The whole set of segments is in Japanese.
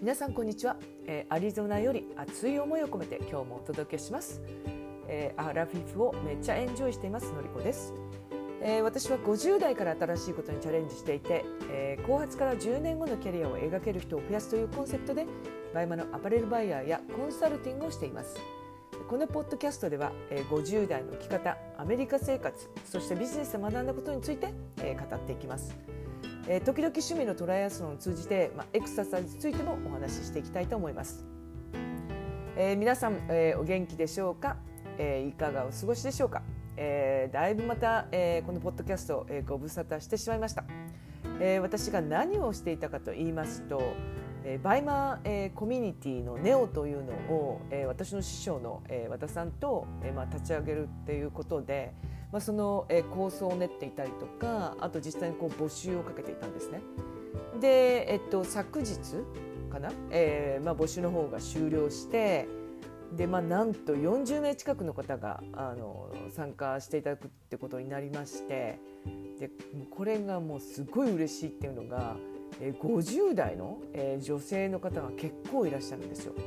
皆さんこんにちは、アリゾナより熱い思いを込めて今日もお届けします。アラフィフをめっちゃエンジョイしていますのりこです。私は50代から新しいことにチャレンジしていて、後発から10年後のキャリアを描ける人を増やすというコンセプトでバイマのアパレルバイヤーやコンサルティングをしています。このポッドキャストでは50代の生き方、アメリカ生活、そしてビジネスで学んだことについて語っていきます。時々趣味のトライアスロンを通じて、エクササイズについてもお話ししていきたいと思います。皆さん、お元気でしょうか、いかがお過ごしでしょうか。だいぶまた、このポッドキャスト、ご無沙汰してしまいました。私が何をしていたかと言いますと、バイマー、コミュニティのネオというのを、私の師匠の、和田さんと、立ち上げるっていうことで、その、構想を練っていたりとか、あと実際にこう募集をかけていたんですね。で、昨日かな、募集の方が終了してで、なんと40名近くの方が参加していただくってことになりまして、でこれがもうすごい嬉しいっていうのが、50代の、女性の方が結構いらっしゃるんですよ。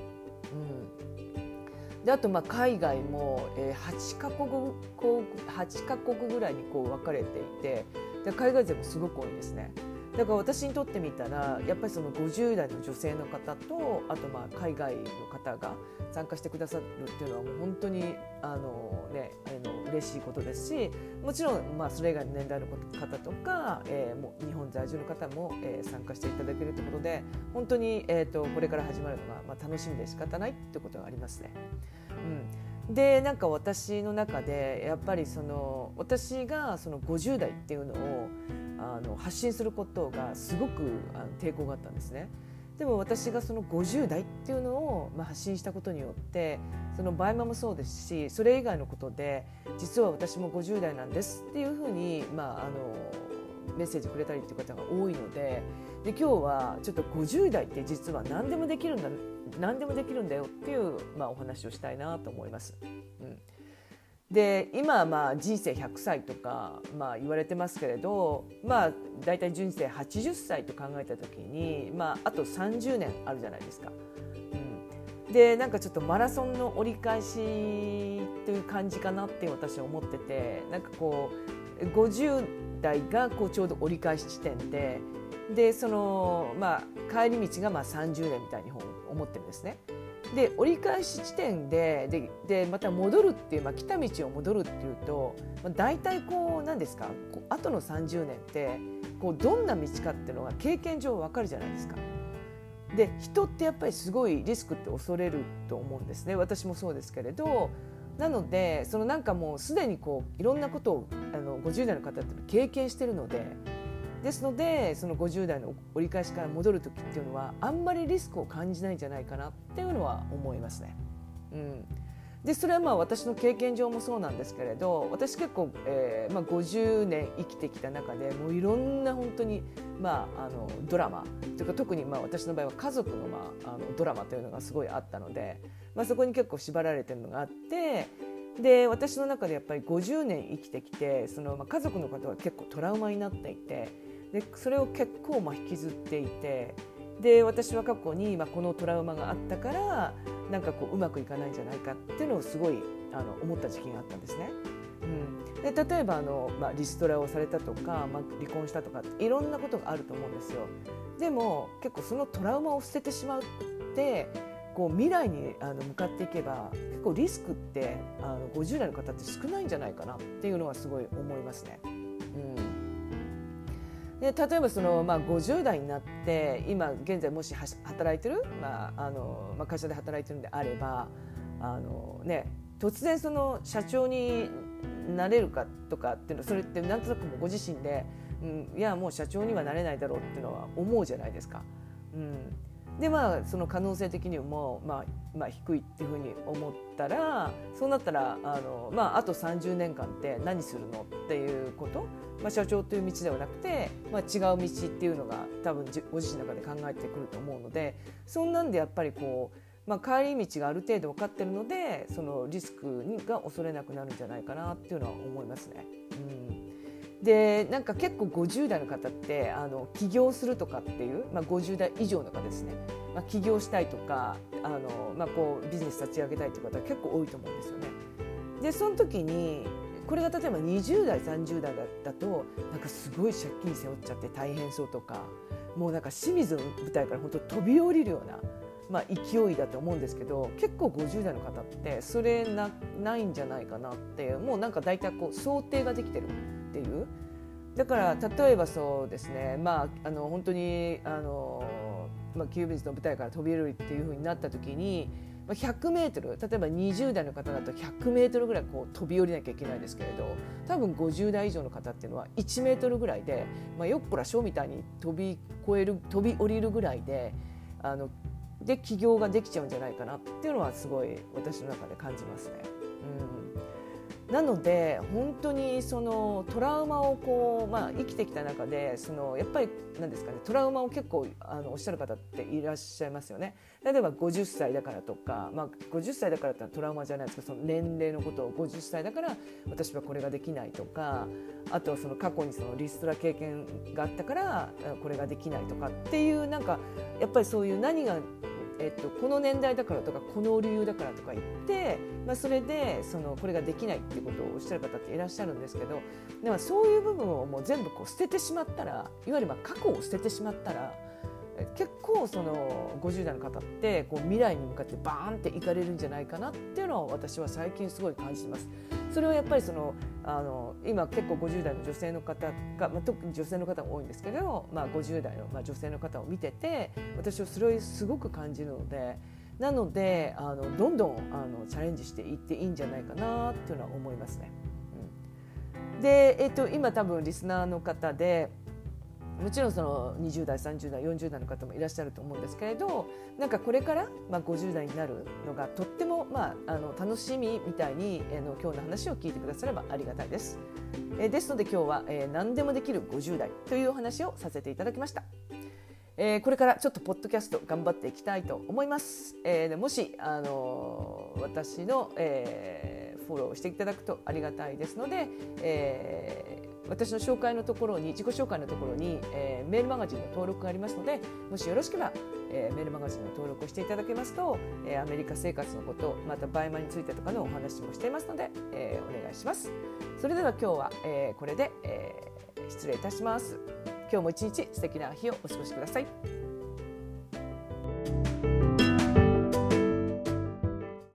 であと海外も8カ国ぐらいにこう分かれていて、で海外勢もすごく多いんですね。だから私にとってみたらやっぱりその50代の女性の方と、あと海外の方が参加してくださるっていうのはもう本当に嬉しいことですし、もちろんそれ以外の年代の方とか、もう日本在住の方も、参加していただけるということで、本当に、これから始まるのが、楽しみで仕方ないってことがありますね。でなんか私の中でやっぱり私がその50代っていうのを発信することがすごく抵抗があったんですね。でも私がその50代っていうのを発信したことによって、そのバイマもそうですし、それ以外のことで実は私も50代なんですっていうふうに、メッセージくれたりっていう方が多いので、今日はちょっと50代って実は何でもできるんだよっていう、お話をしたいなと思います。で今人生100歳とか言われてますけれど、だいたい人生80歳と考えた時に、あと30年あるじゃないですか。でなんかちょっとマラソンの折り返しという感じかなって私は思ってて、なんかこう50代がこうちょうど折り返し地点で、その帰り道が30年みたいに思ってるんですね。で折り返し地点でまた戻るっていう、来た道を戻るっていうと、大体こう何ですか、後の30年ってこうどんな道かっていうのが経験上わかるじゃないですか。で人ってやっぱりすごいリスクって恐れると思うんですね。私もそうですけれど、なのでなんかもうすでにこういろんなことを50代の方って経験してるので、ですのでその50代の折り返しから戻る時っていうのはあんまりリスクを感じないんじゃないかなっていうのは思いますね。でそれは私の経験上もそうなんですけれど、私結構、50年生きてきた中でもういろんな本当に、ドラマというか、特に私の場合は家族の、ドラマというのがすごいあったので、そこに結構縛られてるのがあって、で私の中でやっぱり50年生きてきて、家族の方は結構トラウマになっていて、でそれを結構引きずっていて、で私は過去にこのトラウマがあったからなんかこううまくいかないんじゃないかっていうのをすごい思った時期があったんですね。で例えばリストラをされたとか、離婚したとかいろんなことがあると思うんですよ。でも結構そのトラウマを捨ててしまうってこう未来に向かっていけば、結構リスクって50代の方って少ないんじゃないかなっていうのはすごい思いますね。で例えば50代になって今現在もし働いてる、会社で働いてるんであれば突然社長になれるかとかっていうの、それってなんとなくもご自身で、いやもう社長にはなれないだろうっていうのは思うじゃないですか。でその可能性的にも低いっていうふうに思ったら、そうなったらあと30年間って何するのっていうこと、社長という道ではなくて、違う道っていうのが多分ご自身の中で考えてくると思うので、そんなんでやっぱりこう、帰り道がある程度分かってるので、そのリスクが恐れなくなるんじゃないかなっていうのは思いますね。でなんか結構50代の方って起業するとかっていう、50代以上の方ですね、 起業したいとかこうビジネス立ち上げたいという方は結構多いと思うんですよね。でその時にこれが例えば20代30代だとなんかすごい借金背負っちゃって大変そうとか、もうなんか清水の舞台から本当飛び降りるような、勢いだと思うんですけど、結構50代の方ってそれないんじゃないかなっていう、もうなんか大体こう想定ができてるっていう。だから例えばそうですね、本当にキュービズの舞台から飛び降りっていう風になった時に100メートル、例えば20代の方だと100メートルぐらいこう飛び降りなきゃいけないですけれど、多分50代以上の方っていうのは1メートルぐらいで、よっこらしょみたいに飛び降りるぐらいでで起業ができちゃうんじゃないかなっていうのはすごい私の中で感じますね。なので本当にそのトラウマをこう、生きてきた中でやっぱり何ですかね、トラウマを結構おっしゃる方っていらっしゃいますよね。例えば50歳だからとか、50歳だからってトラウマじゃないですけど、その年齢のことを50歳だから私はこれができないとか、あとはその過去にそのリストラ経験があったからこれができないとかっていう、なんかやっぱりそういう何がこの年代だからとかこの理由だからとか言って、それでこれができないっていうことをおっしゃる方っていらっしゃるんですけど、でもそういう部分をもう全部こう捨ててしまったら、いわゆる過去を捨ててしまったら結構その50代の方ってこう未来に向かってバーンっていかれるんじゃないかなっていうのを私は最近すごい感じてます。それはやっぱり今結構50代の女性の方が、特に女性の方が多いんですけど、50代の女性の方を見てて私はそれをすごく感じるので、なのでどんどんチャレンジしていっていいんじゃないかなっていうのは思いますね。で、今多分リスナーの方でもちろんその20代30代40代の方もいらっしゃると思うんですけれど、なんかこれから50代になるのがとっても楽しみみたいに今日の話を聞いてくださればありがたいです。ですので今日は何でもできる50代というお話をさせていただきました。これからちょっとポッドキャスト頑張っていきたいと思います。もし私の、フォローしていただくとありがたいですので、私の紹介のところに自己紹介のところに、メールマガジンの登録がありますので、もしよろしければ、メールマガジンの登録をしていただけますと、アメリカ生活のこと、またバイマについてとかのお話もしていますので、お願いします。それでは今日は、これで、失礼いたします。今日も一日素敵な日をお過ごしください。